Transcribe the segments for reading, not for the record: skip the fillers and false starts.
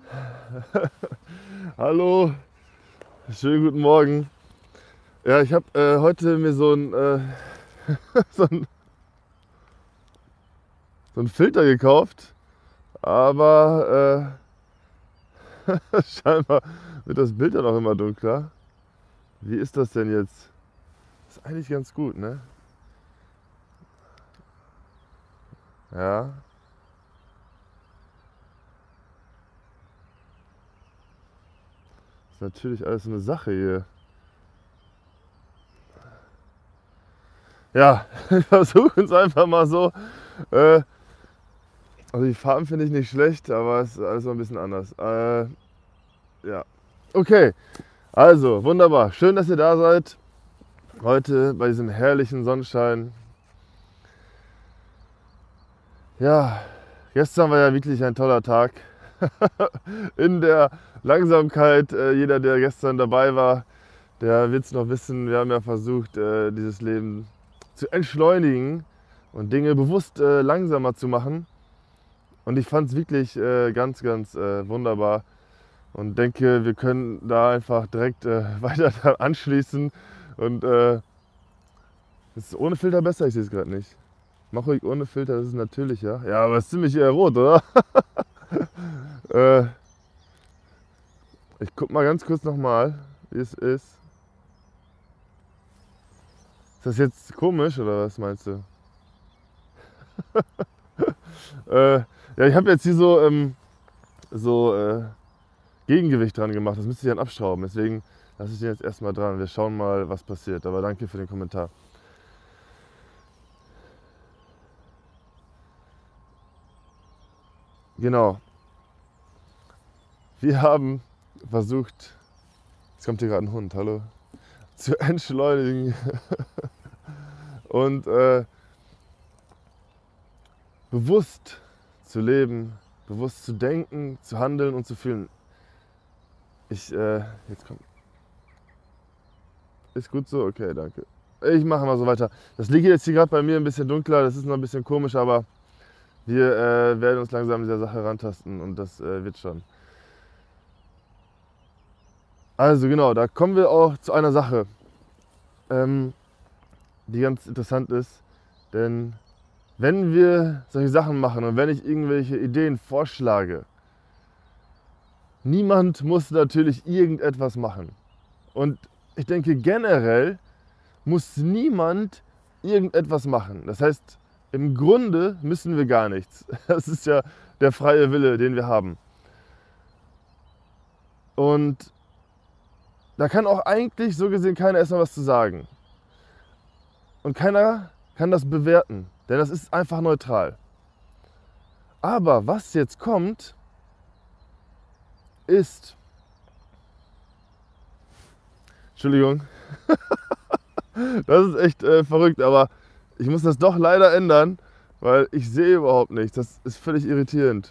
Hallo, schönen guten Morgen. Ja, ich habe heute mir so ein, so ein Filter gekauft, aber scheinbar wird das Bild dann auch immer dunkler. Wie ist das denn jetzt? Ist eigentlich ganz gut, ne? Ja, ist natürlich alles so eine Sache hier. Ja, ich versuche es einfach mal so. Äh, also die Farben finde ich nicht schlecht, aber es ist alles so ein bisschen anders. Ja, okay. Also, wunderbar. Schön, dass ihr da seid. Heute bei diesem herrlichen Sonnenschein. Ja, gestern war ja wirklich ein toller Tag. In der Langsamkeit, jeder, der gestern dabei war, der wird es noch wissen. Wir haben ja versucht, dieses Leben zu entschleunigen und Dinge bewusst langsamer zu machen. Und ich fand es wirklich ganz, ganz wunderbar und denke, wir können da einfach direkt weiter dran anschließen. Und ist ohne Filter besser, ich sehe es gerade nicht. Mach ruhig ohne Filter, das ist natürlicher. Ja, aber es ist ziemlich rot, oder? äh, Ich guck mal ganz kurz nochmal, wie es ist. Ist das jetzt komisch oder was meinst du? Ja, ich habe jetzt hier so Gegengewicht dran gemacht. Das müsste ich dann abschrauben. Deswegen lasse ich den jetzt erstmal dran. Wir schauen mal, was passiert. Aber danke für den Kommentar. Genau. Wir haben versucht, jetzt kommt hier gerade ein Hund, hallo, zu entschleunigen und bewusst zu leben, bewusst zu denken, zu handeln und zu fühlen. Jetzt kommt. Ist gut so? Okay, danke. Ich mache mal so weiter. Das Licht jetzt hier gerade bei mir ein bisschen dunkler, das ist noch ein bisschen komisch, aber wir werden uns langsam dieser Sache rantasten und das wird schon. Also genau, da kommen wir auch zu einer Sache, ähm, die ganz interessant ist. Denn wenn wir solche Sachen machen und wenn ich irgendwelche Ideen vorschlage, niemand muss natürlich irgendetwas machen. Und ich denke generell muss niemand irgendetwas machen. Das heißt, im Grunde müssen wir gar nichts. Das ist ja der freie Wille, den wir haben. Und da kann auch eigentlich so gesehen keiner erstmal was zu sagen. Und keiner kann das bewerten, denn das ist einfach neutral. Aber was jetzt kommt, ist, Entschuldigung, das ist echt verrückt, aber ich muss das doch leider ändern, weil ich sehe überhaupt nichts. Das ist völlig irritierend.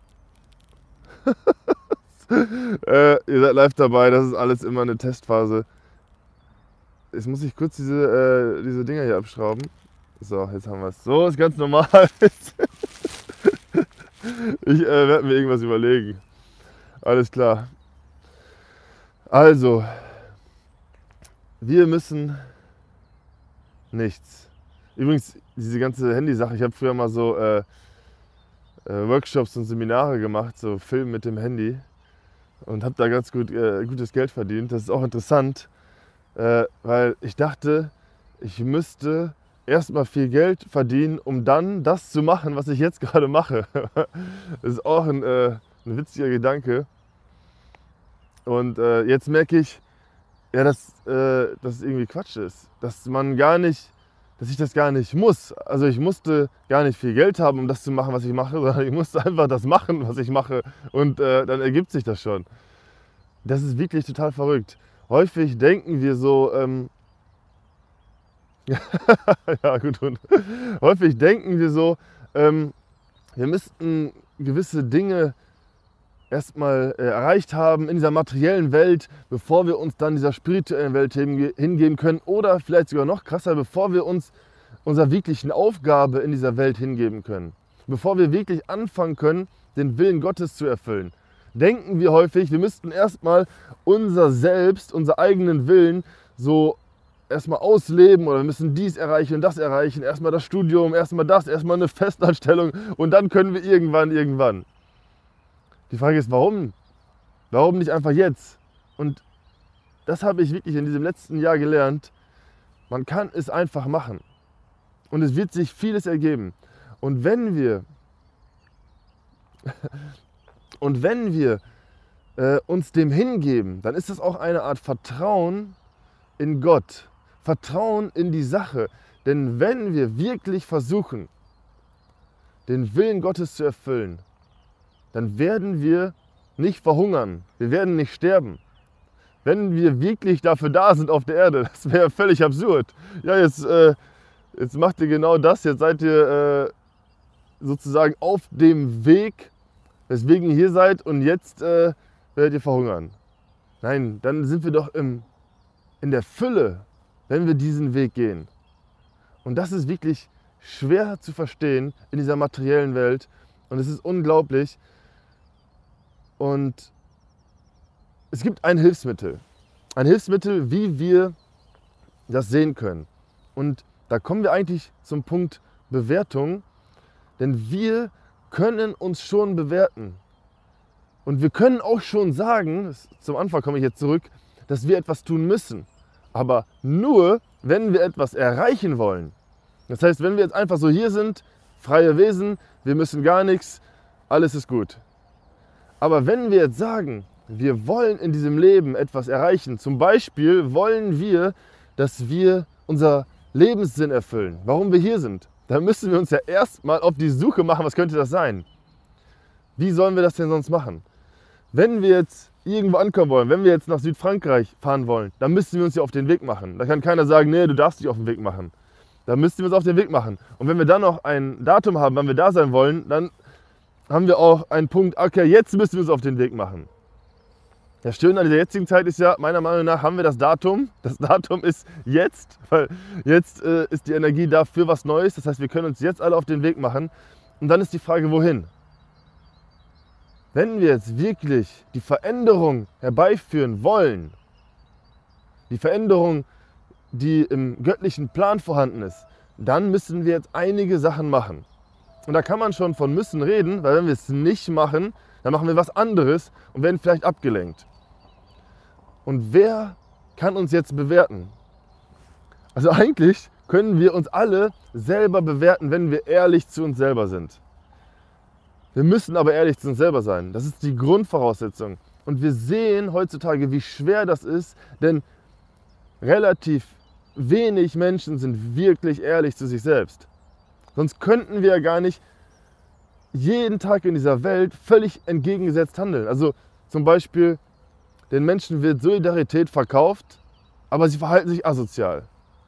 Ihr seid live dabei, das ist alles immer eine Testphase. Jetzt muss ich kurz diese Dinger hier abschrauben. So, jetzt haben wir es. So, ist ganz normal. Ich werde mir irgendwas überlegen. Alles klar. Also, wir müssen nichts. Übrigens, diese ganze Handy-Sache, ich habe früher mal so Workshops und Seminare gemacht, so Film mit dem Handy und habe da ganz gutes Geld verdient. Das ist auch interessant, weil ich dachte, ich müsste erstmal viel Geld verdienen, um dann das zu machen, was ich jetzt gerade mache. Das ist auch ein witziger Gedanke. Und jetzt merke ich, ja, dass es irgendwie Quatsch ist. Dass ich das gar nicht muss. Also ich musste gar nicht viel Geld haben, um das zu machen, was ich mache, sondern ich musste einfach das machen, was ich mache. Und dann ergibt sich das schon. Das ist wirklich total verrückt. Häufig denken wir so, ja gut, und häufig denken wir so, wir müssten gewisse Dinge erstmal erreicht haben in dieser materiellen Welt, bevor wir uns dann dieser spirituellen Welt hingeben können. Oder vielleicht sogar noch krasser, bevor wir uns unserer wirklichen Aufgabe in dieser Welt hingeben können. Bevor wir wirklich anfangen können, den Willen Gottes zu erfüllen. denken wir häufig, wir müssten erstmal unser Selbst, unseren eigenen Willen so erstmal ausleben oder wir müssen dies erreichen und das erreichen, erstmal das Studium, erstmal das, erstmal eine Festanstellung und dann können wir irgendwann. Die Frage ist, warum? Warum nicht einfach jetzt? Und das habe ich wirklich in diesem letzten Jahr gelernt. Man kann es einfach machen. Und es wird sich vieles ergeben. Und wenn wir uns dem hingeben, dann ist das auch eine Art Vertrauen in Gott. Vertrauen in die Sache. Denn wenn wir wirklich versuchen, den Willen Gottes zu erfüllen, dann werden wir nicht verhungern. Wir werden nicht sterben. Wenn wir wirklich dafür da sind auf der Erde, das wäre völlig absurd. Ja, jetzt macht ihr genau das, jetzt seid ihr sozusagen auf dem Weg, weswegen ihr hier seid und jetzt werdet ihr verhungern. Nein, dann sind wir doch in der Fülle, wenn wir diesen Weg gehen. Und das ist wirklich schwer zu verstehen in dieser materiellen Welt und es ist unglaublich. Und es gibt ein Hilfsmittel, wie wir das sehen können. Und da kommen wir eigentlich zum Punkt Bewertung, denn wir können uns schon bewerten. Und wir können auch schon sagen, zum Anfang komme ich jetzt zurück, dass wir etwas tun müssen. Aber nur, wenn wir etwas erreichen wollen. Das heißt, wenn wir jetzt einfach so hier sind, freie Wesen, wir müssen gar nichts, alles ist gut. Aber wenn wir jetzt sagen, wir wollen in diesem Leben etwas erreichen, zum Beispiel wollen wir, dass wir unser Lebenssinn erfüllen, warum wir hier sind, dann müssen wir uns ja erstmal auf die Suche machen, was könnte das sein? Wie sollen wir das denn sonst machen? Wenn wir jetzt irgendwo ankommen wollen, wenn wir jetzt nach Südfrankreich fahren wollen, dann müssen wir uns ja auf den Weg machen. Da kann keiner sagen, nee, du darfst dich auf den Weg machen. Da müssen wir uns auf den Weg machen. Und wenn wir dann noch ein Datum haben, wann wir da sein wollen, dann haben wir auch einen Punkt, okay, jetzt müssen wir uns auf den Weg machen. Das Schöne an dieser jetzigen Zeit ist ja, meiner Meinung nach haben wir das Datum. Das Datum ist jetzt, weil jetzt ist die Energie da für was Neues. Das heißt, wir können uns jetzt alle auf den Weg machen. Und dann ist die Frage, wohin? Wenn wir jetzt wirklich die Veränderung herbeiführen wollen, die Veränderung, die im göttlichen Plan vorhanden ist, dann müssen wir jetzt einige Sachen machen. Und da kann man schon von müssen reden, weil wenn wir es nicht machen, dann machen wir was anderes und werden vielleicht abgelenkt. Und wer kann uns jetzt bewerten? Also eigentlich können wir uns alle selber bewerten, wenn wir ehrlich zu uns selber sind. Wir müssen aber ehrlich zu uns selber sein. Das ist die Grundvoraussetzung. Und wir sehen heutzutage, wie schwer das ist, denn relativ wenig Menschen sind wirklich ehrlich zu sich selbst. Sonst könnten wir ja gar nicht jeden Tag in dieser Welt völlig entgegengesetzt handeln. Also zum Beispiel, den Menschen wird Solidarität verkauft, aber sie verhalten sich asozial.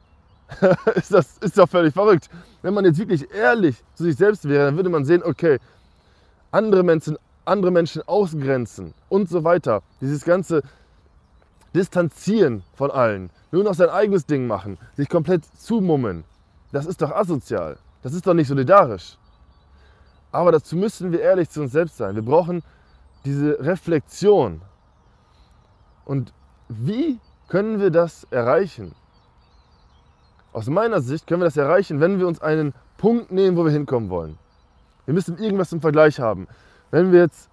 ist doch völlig verrückt. Wenn man jetzt wirklich ehrlich zu sich selbst wäre, dann würde man sehen, okay, andere Menschen ausgrenzen und so weiter. Dieses ganze Distanzieren von allen, nur noch sein eigenes Ding machen, sich komplett zumummen, das ist doch asozial. Das ist doch nicht solidarisch. Aber dazu müssen wir ehrlich zu uns selbst sein. Wir brauchen diese Reflexion. Und wie können wir das erreichen? Aus meiner Sicht können wir das erreichen, wenn wir uns einen Punkt nehmen, wo wir hinkommen wollen. Wir müssen irgendwas zum Vergleich haben. Wenn wir jetzt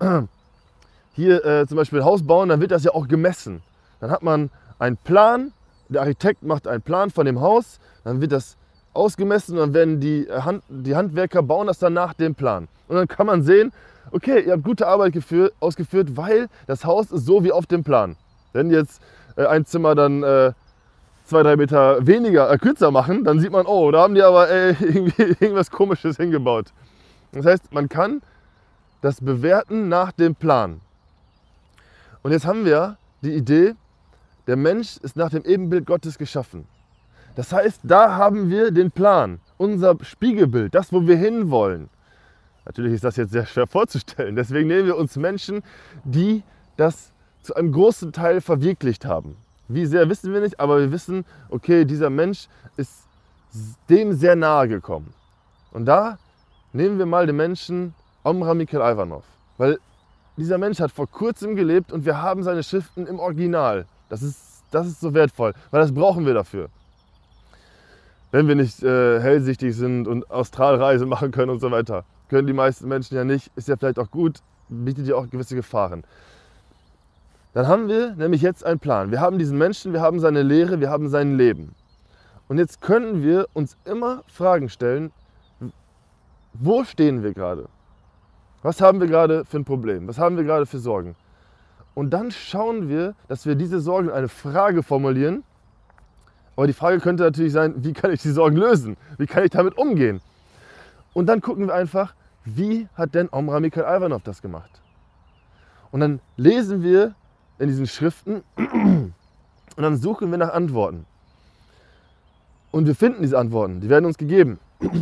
hier zum Beispiel ein Haus bauen, dann wird das ja auch gemessen. Dann hat man einen Plan, der Architekt macht einen Plan von dem Haus, dann wird das ausgemessen und dann werden die Handwerker bauen das dann nach dem Plan. Und dann kann man sehen, okay, ihr habt gute Arbeit ausgeführt, weil das Haus ist so wie auf dem Plan. Wenn jetzt ein Zimmer dann 2-3 Meter kürzer machen, dann sieht man, oh, da haben die aber irgendwie irgendwas Komisches hingebaut. Das heißt, man kann das bewerten nach dem Plan. Und jetzt haben wir die Idee, der Mensch ist nach dem Ebenbild Gottes geschaffen. Das heißt, da haben wir den Plan, unser Spiegelbild, das, wo wir hinwollen. Natürlich ist das jetzt sehr schwer vorzustellen, deswegen nehmen wir uns Menschen, die das zu einem großen Teil verwirklicht haben. Wie sehr wissen wir nicht, aber wir wissen, okay, dieser Mensch ist dem sehr nahe gekommen. Und da nehmen wir mal den Menschen Omraam Mikhaël Aïvanhov. Weil dieser Mensch hat vor kurzem gelebt und wir haben seine Schriften im Original. Das ist so wertvoll, weil das brauchen wir dafür. Wenn wir nicht hellsichtig sind und Australreise machen können und so weiter. Können die meisten Menschen ja nicht, ist ja vielleicht auch gut, bietet ja auch gewisse Gefahren. Dann haben wir nämlich jetzt einen Plan. Wir haben diesen Menschen, wir haben seine Lehre, wir haben sein Leben. Und jetzt können wir uns immer Fragen stellen, wo stehen wir gerade? Was haben wir gerade für ein Problem? Was haben wir gerade für Sorgen? Und dann schauen wir, dass wir diese Sorgen in eine Frage formulieren. Aber die Frage könnte natürlich sein, wie kann ich die Sorgen lösen? Wie kann ich damit umgehen? Und dann gucken wir einfach, wie hat denn Omraam Mikhael Aïvanhov das gemacht? Und dann lesen wir in diesen Schriften und dann suchen wir nach Antworten. Und wir finden diese Antworten, die werden uns gegeben.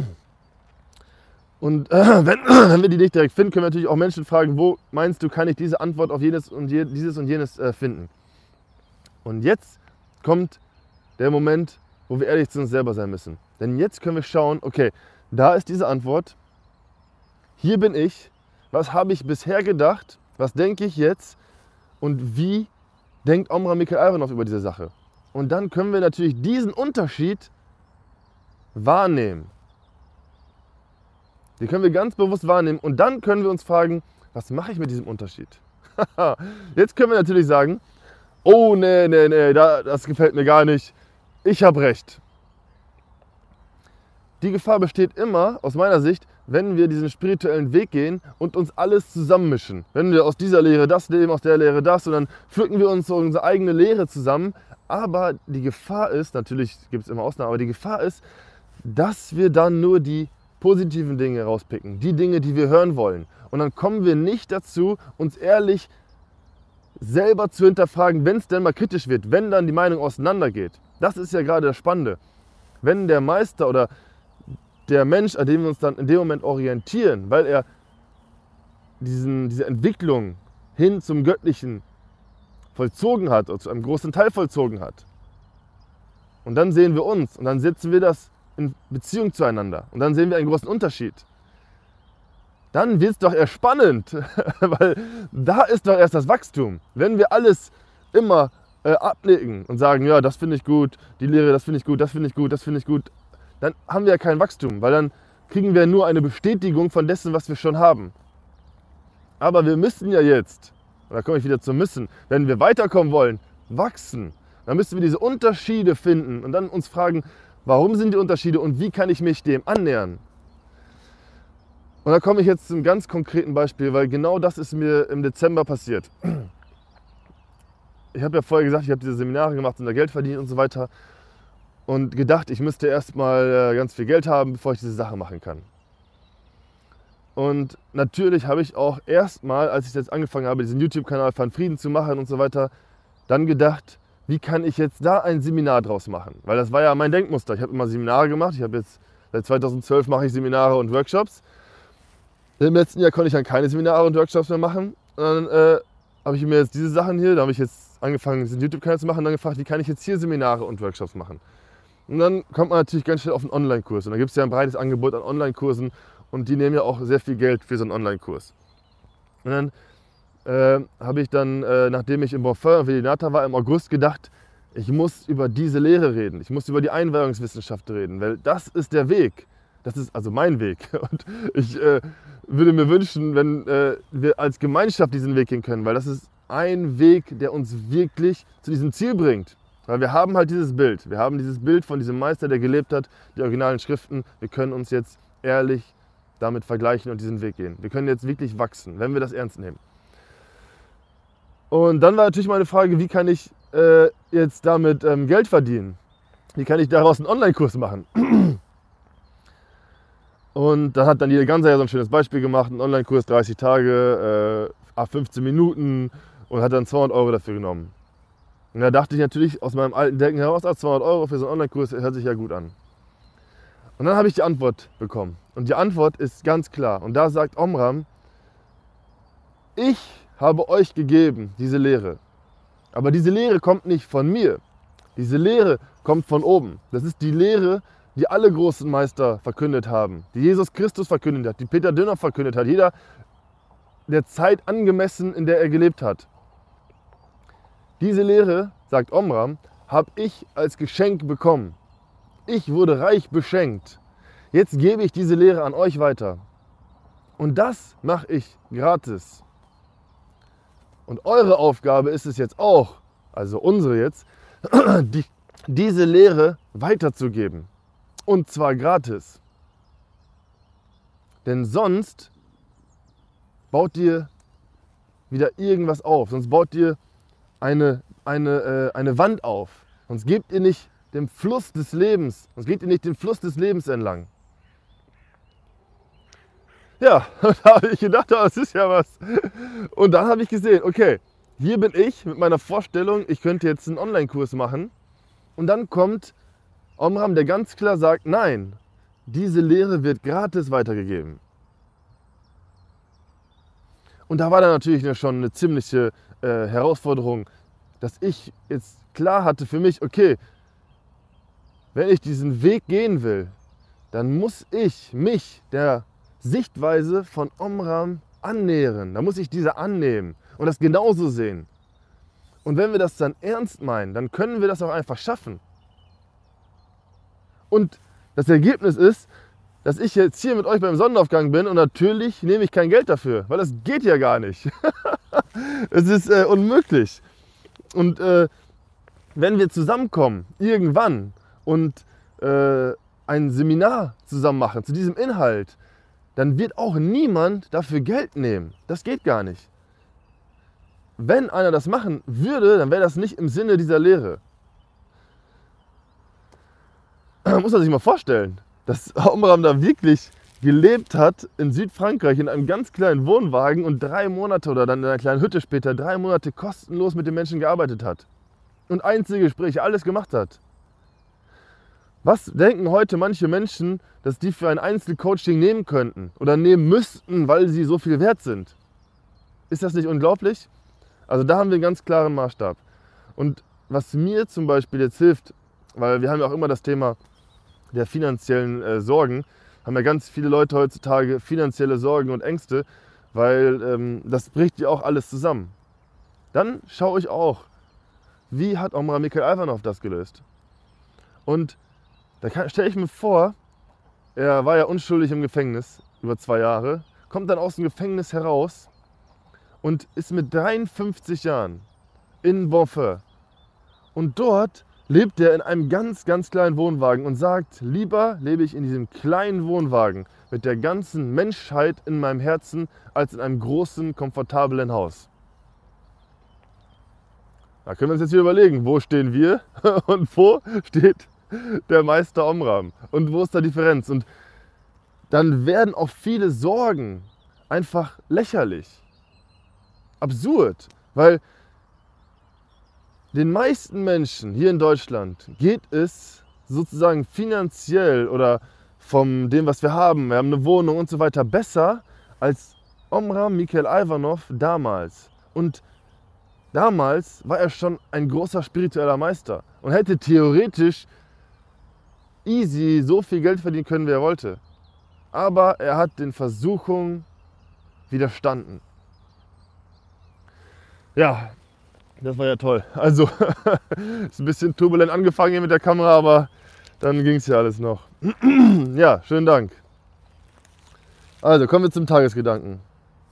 Und wenn wir die nicht direkt finden, können wir natürlich auch Menschen fragen, wo meinst du, kann ich diese Antwort auf dieses und jenes finden? Und jetzt kommt der Moment, wo wir ehrlich zu uns selber sein müssen. Denn jetzt können wir schauen, okay, da ist diese Antwort, hier bin ich, was habe ich bisher gedacht, was denke ich jetzt und wie denkt Omraam Mikhael Aïvanhov über diese Sache? Und dann können wir natürlich diesen Unterschied wahrnehmen. Den können wir ganz bewusst wahrnehmen und dann können wir uns fragen, was mache ich mit diesem Unterschied? Jetzt können wir natürlich sagen, oh nee, das gefällt mir gar nicht, ich habe recht. Die Gefahr besteht immer, aus meiner Sicht, wenn wir diesen spirituellen Weg gehen und uns alles zusammenmischen. Wenn wir aus dieser Lehre das nehmen, aus der Lehre das und dann pflücken wir uns so unsere eigene Lehre zusammen. Aber die Gefahr ist, natürlich gibt es immer Ausnahmen, aber die Gefahr ist, dass wir dann nur die positiven Dinge rauspicken, die Dinge, die wir hören wollen. Und dann kommen wir nicht dazu, uns ehrlich selber zu hinterfragen, wenn es denn mal kritisch wird, wenn dann die Meinung auseinandergeht. Das ist ja gerade das Spannende. Wenn der Meister oder der Mensch, an dem wir uns dann in dem Moment orientieren, weil er diese Entwicklung hin zum Göttlichen vollzogen hat oder zu einem großen Teil vollzogen hat. Und dann sehen wir uns und dann setzen wir das in Beziehung zueinander und dann sehen wir einen großen Unterschied. Dann wird es doch erst spannend, weil da ist doch erst das Wachstum. Wenn wir alles immer abnicken und sagen, ja, das finde ich gut, die Lehre, das finde ich gut, das finde ich gut, das finde ich gut, dann haben wir ja kein Wachstum, weil dann kriegen wir nur eine Bestätigung von dessen, was wir schon haben. Aber wir müssen ja jetzt, und da komme ich wieder zum Müssen, wenn wir weiterkommen wollen, wachsen. Dann müssen wir diese Unterschiede finden und dann uns fragen, warum sind die Unterschiede und wie kann ich mich dem annähern? Und da komme ich jetzt zum ganz konkreten Beispiel, weil genau das ist mir im Dezember passiert. Ich habe ja vorher gesagt, ich habe diese Seminare gemacht und da Geld verdient und so weiter. Und gedacht, ich müsste erstmal ganz viel Geld haben, bevor ich diese Sache machen kann. Und natürlich habe ich auch erstmal, als ich jetzt angefangen habe, diesen YouTube-Kanal Van Frieden zu machen und so weiter, dann gedacht, wie kann ich jetzt da ein Seminar draus machen? Weil das war ja mein Denkmuster. Ich habe immer Seminare gemacht. Ich habe jetzt, seit 2012 mache ich Seminare und Workshops. Im letzten Jahr konnte ich dann keine Seminare und Workshops mehr machen. Und dann habe ich mir jetzt diese Sachen hier, da habe ich jetzt angefangen, diesen YouTube-Kanal zu machen und dann gefragt, wie kann ich jetzt hier Seminare und Workshops machen? Und dann kommt man natürlich ganz schnell auf einen Online-Kurs. Und da gibt es ja ein breites Angebot an Online-Kursen und die nehmen ja auch sehr viel Geld für so einen Online-Kurs. Und dann habe ich dann, nachdem ich in Bonfim und Velinata war, im August gedacht, ich muss über diese Lehre reden. Ich muss über die Einweihungswissenschaft reden, weil das ist der Weg. Das ist also mein Weg. Und ich würde mir wünschen, wenn wir als Gemeinschaft diesen Weg gehen können, weil das ist ein Weg, der uns wirklich zu diesem Ziel bringt. Weil wir haben halt dieses Bild. Wir haben dieses Bild von diesem Meister, der gelebt hat, die originalen Schriften. Wir können uns jetzt ehrlich damit vergleichen und diesen Weg gehen. Wir können jetzt wirklich wachsen, wenn wir das ernst nehmen. Und dann war natürlich meine Frage, wie kann ich jetzt damit Geld verdienen? Wie kann ich daraus einen Online-Kurs machen? Und da hat dann jeder Ganser ja so ein schönes Beispiel gemacht, einen Online-Kurs, 30 Tage, 15 Minuten und hat dann 200 € dafür genommen. Und da dachte ich natürlich aus meinem alten Denken heraus, 200 € für so einen Online-Kurs hört sich ja gut an. Und dann habe ich die Antwort bekommen. Und die Antwort ist ganz klar. Und da sagt Omraam, ich habe euch gegeben diese Lehre. Aber diese Lehre kommt nicht von mir. Diese Lehre kommt von oben. Das ist die Lehre, die alle großen Meister verkündet haben. Die Jesus Christus verkündet hat, die Peter Dönhoff verkündet hat. Jeder der Zeit angemessen, in der er gelebt hat. Diese Lehre, sagt Omram, habe ich als Geschenk bekommen. Ich wurde reich beschenkt. Jetzt gebe ich diese Lehre an euch weiter. Und das mache ich gratis. Und eure Aufgabe ist es jetzt auch, also unsere jetzt, diese Lehre weiterzugeben. Und zwar gratis. Denn sonst baut ihr wieder irgendwas auf. Sonst baut ihr eine Wand auf. Sonst gebt ihr nicht dem Fluss des Lebens, sonst geht ihr nicht den Fluss des Lebens entlang. Ja, da habe ich gedacht, das ist ja was. Und dann habe ich gesehen, okay, hier bin ich mit meiner Vorstellung, ich könnte jetzt einen Online-Kurs machen. Und dann kommt Omram, der ganz klar sagt, nein, diese Lehre wird gratis weitergegeben. Und da war dann natürlich schon eine ziemliche Herausforderung, dass ich jetzt klar hatte für mich, okay, wenn ich diesen Weg gehen will, dann muss ich mich der Sichtweise von Omram annähern. Da muss ich diese annehmen und das genauso sehen. Und wenn wir das dann ernst meinen, dann können wir das auch einfach schaffen. Und das Ergebnis ist, dass ich jetzt hier mit euch beim Sonnenaufgang bin und natürlich nehme ich kein Geld dafür, weil das geht ja gar nicht. Es ist unmöglich. Und wenn wir zusammenkommen, irgendwann, und ein Seminar zusammen machen zu diesem Inhalt, dann wird auch niemand dafür Geld nehmen. Das geht gar nicht. Wenn einer das machen würde, dann wäre das nicht im Sinne dieser Lehre. Muss man sich mal vorstellen, dass Omram da wirklich gelebt hat in Südfrankreich in einem ganz kleinen Wohnwagen und 3 Monate oder dann in einer kleinen Hütte später 3 Monate kostenlos mit den Menschen gearbeitet hat. Und Einzelgespräche, alles gemacht hat. Was denken heute manche Menschen, dass die für ein Einzelcoaching nehmen könnten oder nehmen müssten, weil sie so viel wert sind? Ist das nicht unglaublich? Also da haben wir einen ganz klaren Maßstab. Und was mir zum Beispiel jetzt hilft, weil wir haben ja auch immer das Thema der finanziellen Sorgen, haben ja ganz viele Leute heutzutage finanzielle Sorgen und Ängste, weil das bricht ja auch alles zusammen. Dann schaue ich auch, wie hat Omram Mikhail Ivanov das gelöst? Und da stelle ich mir vor, er war ja unschuldig im Gefängnis über 2 Jahre, kommt dann aus dem Gefängnis heraus und ist mit 53 Jahren in Bonfeur. Und dort lebt er in einem ganz, ganz kleinen Wohnwagen und sagt, lieber lebe ich in diesem kleinen Wohnwagen mit der ganzen Menschheit in meinem Herzen, als in einem großen, komfortablen Haus. Da können wir uns jetzt wieder überlegen, wo stehen wir und wo steht der Meister Omram und wo ist da die Differenz? Und dann werden auch viele Sorgen einfach lächerlich, absurd, weil den meisten Menschen hier in Deutschland geht es sozusagen finanziell oder von dem, was wir haben eine Wohnung und so weiter, besser als Omram Mikhail Ivanov damals. Und damals war er schon ein großer spiritueller Meister und hätte theoretisch easy so viel Geld verdienen können, wie er wollte. Aber er hat den Versuchungen widerstanden. Ja, das war ja toll. Also, ist ein bisschen turbulent angefangen hier mit der Kamera, aber dann ging es ja alles noch. Ja, schönen Dank. Also, kommen wir zum Tagesgedanken.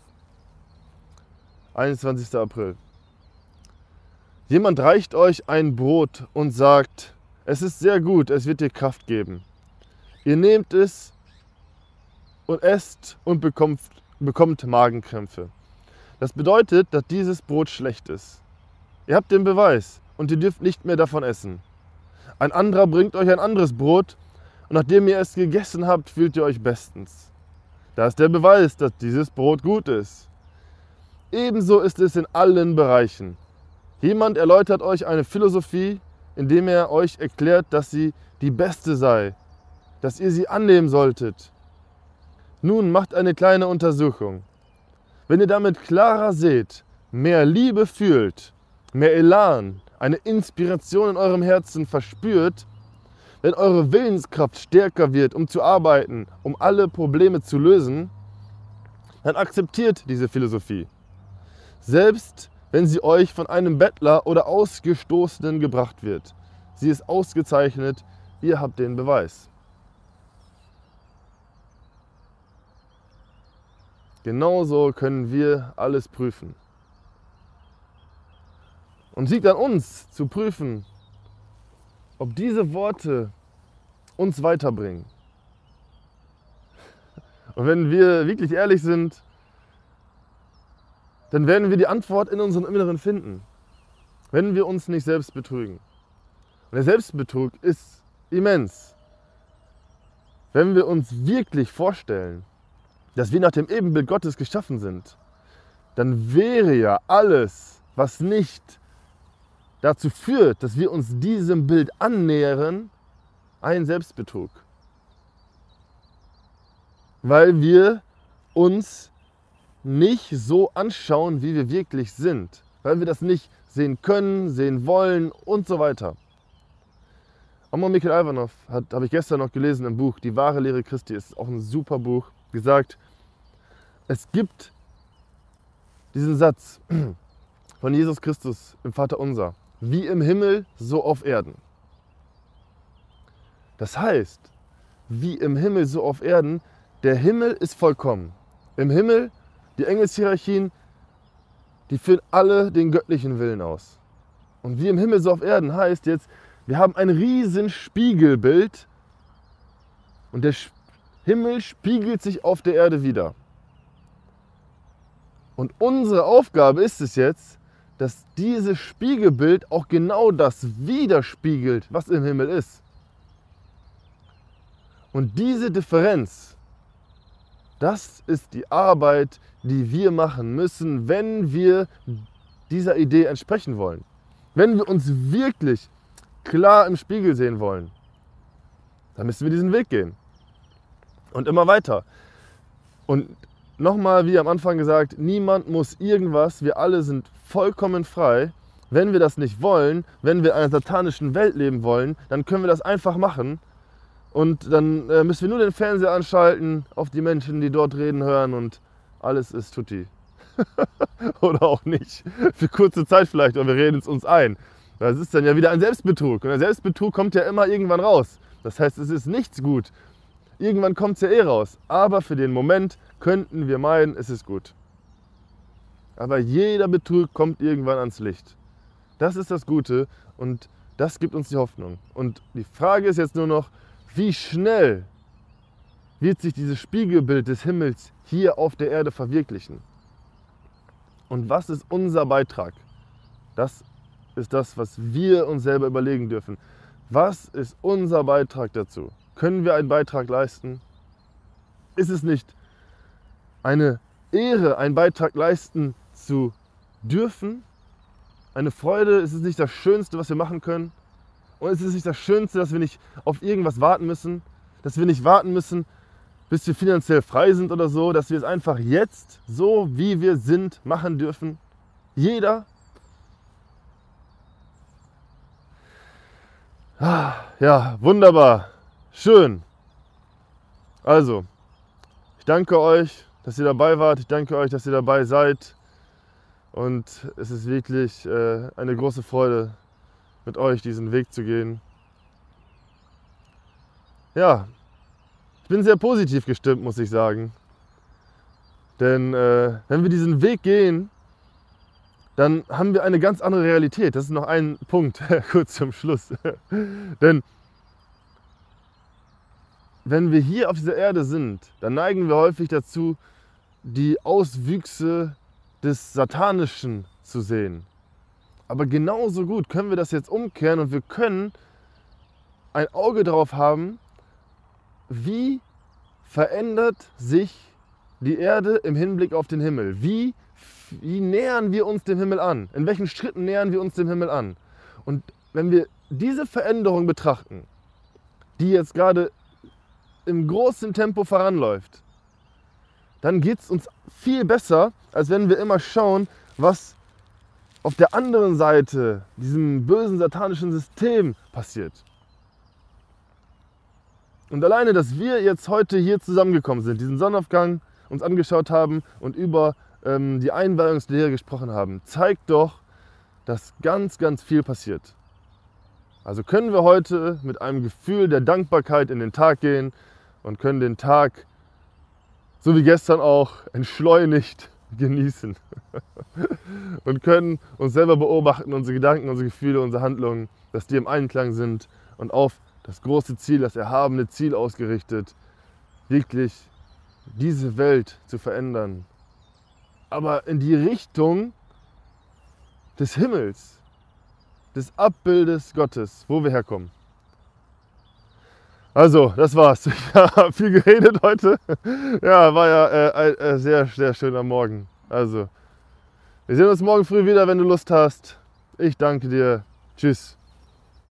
21. April. Jemand reicht euch ein Brot und sagt, es ist sehr gut, es wird dir Kraft geben. Ihr nehmt es und esst und bekommt Magenkrämpfe. Das bedeutet, dass dieses Brot schlecht ist. Ihr habt den Beweis und ihr dürft nicht mehr davon essen. Ein anderer bringt euch ein anderes Brot und nachdem ihr es gegessen habt, fühlt ihr euch bestens. Da ist der Beweis, dass dieses Brot gut ist. Ebenso ist es in allen Bereichen. Jemand erläutert euch eine Philosophie, indem er euch erklärt, dass sie die beste sei, dass ihr sie annehmen solltet. Nun macht eine kleine Untersuchung. Wenn ihr damit klarer seht, mehr Liebe fühlt, mehr Elan, eine Inspiration in eurem Herzen verspürt, wenn eure Willenskraft stärker wird, um zu arbeiten, um alle Probleme zu lösen, dann akzeptiert diese Philosophie. Selbst wenn sie euch von einem Bettler oder Ausgestoßenen gebracht wird. Sie ist ausgezeichnet, ihr habt den Beweis. Genauso können wir alles prüfen. Und es liegt an uns zu prüfen, ob diese Worte uns weiterbringen. Und wenn wir wirklich ehrlich sind, dann werden wir die Antwort in unserem Inneren finden, wenn wir uns nicht selbst betrügen. Und der Selbstbetrug ist immens. Wenn wir uns wirklich vorstellen, dass wir nach dem Ebenbild Gottes geschaffen sind, dann wäre ja alles, was nicht dazu führt, dass wir uns diesem Bild annähern, ein Selbstbetrug. Weil wir uns nicht so anschauen, wie wir wirklich sind. Weil wir das nicht sehen können, sehen wollen und so weiter. Amor Mikhail Aiwanger habe ich gestern noch gelesen im Buch Die wahre Lehre Christi, ist auch ein super Buch, gesagt, es gibt diesen Satz von Jesus Christus im Vaterunser, wie im Himmel, so auf Erden. Das heißt, wie im Himmel, so auf Erden, der Himmel ist vollkommen. Im Himmel, die Engelshierarchien, die führen alle den göttlichen Willen aus. Und wie im Himmel, so auf Erden heißt jetzt, wir haben ein riesen Spiegelbild und der Himmel spiegelt sich auf der Erde wieder. Und unsere Aufgabe ist es jetzt, dass dieses Spiegelbild auch genau das widerspiegelt, was im Himmel ist. Und diese Differenz, das ist die Arbeit, die wir machen müssen, wenn wir dieser Idee entsprechen wollen. Wenn wir uns wirklich klar im Spiegel sehen wollen, dann müssen wir diesen Weg gehen. Und immer weiter. Und nochmal, wie am Anfang gesagt, niemand muss irgendwas, wir alle sind vollkommen frei. Wenn wir das nicht wollen, wenn wir in einer satanischen Welt leben wollen, dann können wir das einfach machen. Und dann müssen wir nur den Fernseher anschalten, auf die Menschen, die dort reden, hören und alles ist tutti. Oder auch nicht. Für kurze Zeit vielleicht, aber wir reden es uns ein. Das ist dann ja wieder ein Selbstbetrug. Und der Selbstbetrug kommt ja immer irgendwann raus. Das heißt, es ist nichts gut. Irgendwann kommt es ja eh raus. Aber für den Moment könnten wir meinen, es ist gut. Aber jeder Betrug kommt irgendwann ans Licht. Das ist das Gute und das gibt uns die Hoffnung. Und die Frage ist jetzt nur noch, wie schnell wird sich dieses Spiegelbild des Himmels hier auf der Erde verwirklichen? Und was ist unser Beitrag? Das ist das, was wir uns selber überlegen dürfen. Was ist unser Beitrag dazu? Können wir einen Beitrag leisten? Ist es nicht eine Ehre, einen Beitrag leisten zu dürfen? Eine Freude? Ist es nicht das Schönste, was wir machen können? Und ist es nicht das Schönste, dass wir nicht auf irgendwas warten müssen? Dass wir nicht warten müssen, bis wir finanziell frei sind oder so? Dass wir es einfach jetzt, so wie wir sind, machen dürfen? Jeder? Ja, wunderbar. Schön. Also, ich danke euch, dass ihr dabei wart. Ich danke euch, dass ihr dabei seid. Und es ist wirklich eine große Freude, mit euch diesen Weg zu gehen. Ja, ich bin sehr positiv gestimmt, muss ich sagen. Denn wenn wir diesen Weg gehen, dann haben wir eine ganz andere Realität. Das ist noch ein Punkt, kurz zum Schluss. Denn wenn wir hier auf dieser Erde sind, dann neigen wir häufig dazu, die Auswüchse des Satanischen zu sehen. Aber genauso gut können wir das jetzt umkehren und wir können ein Auge darauf haben, wie verändert sich die Erde im Hinblick auf den Himmel. Wie nähern wir uns dem Himmel an? In welchen Schritten nähern wir uns dem Himmel an? Und wenn wir diese Veränderung betrachten, die jetzt gerade im großen Tempo voranläuft, dann geht es uns viel besser, als wenn wir immer schauen, was auf der anderen Seite, diesem bösen satanischen System passiert. Und alleine, dass wir jetzt heute hier zusammengekommen sind, diesen Sonnenaufgang uns angeschaut haben und über die Einweihungslehre gesprochen haben, zeigt doch, dass ganz, ganz viel passiert. Also können wir heute mit einem Gefühl der Dankbarkeit in den Tag gehen und können den Tag, so wie gestern auch, entschleunigt genießen und können uns selber beobachten, unsere Gedanken, unsere Gefühle, unsere Handlungen, dass die im Einklang sind und auf das große Ziel, das erhabene Ziel ausgerichtet, wirklich diese Welt zu verändern. Aber in die Richtung des Himmels, des Abbildes Gottes, wo wir herkommen. Also, das war's. Ich habe viel geredet heute. Ja, war ja ein sehr, sehr schöner Morgen. Also, wir sehen uns morgen früh wieder, wenn du Lust hast. Ich danke dir. Tschüss.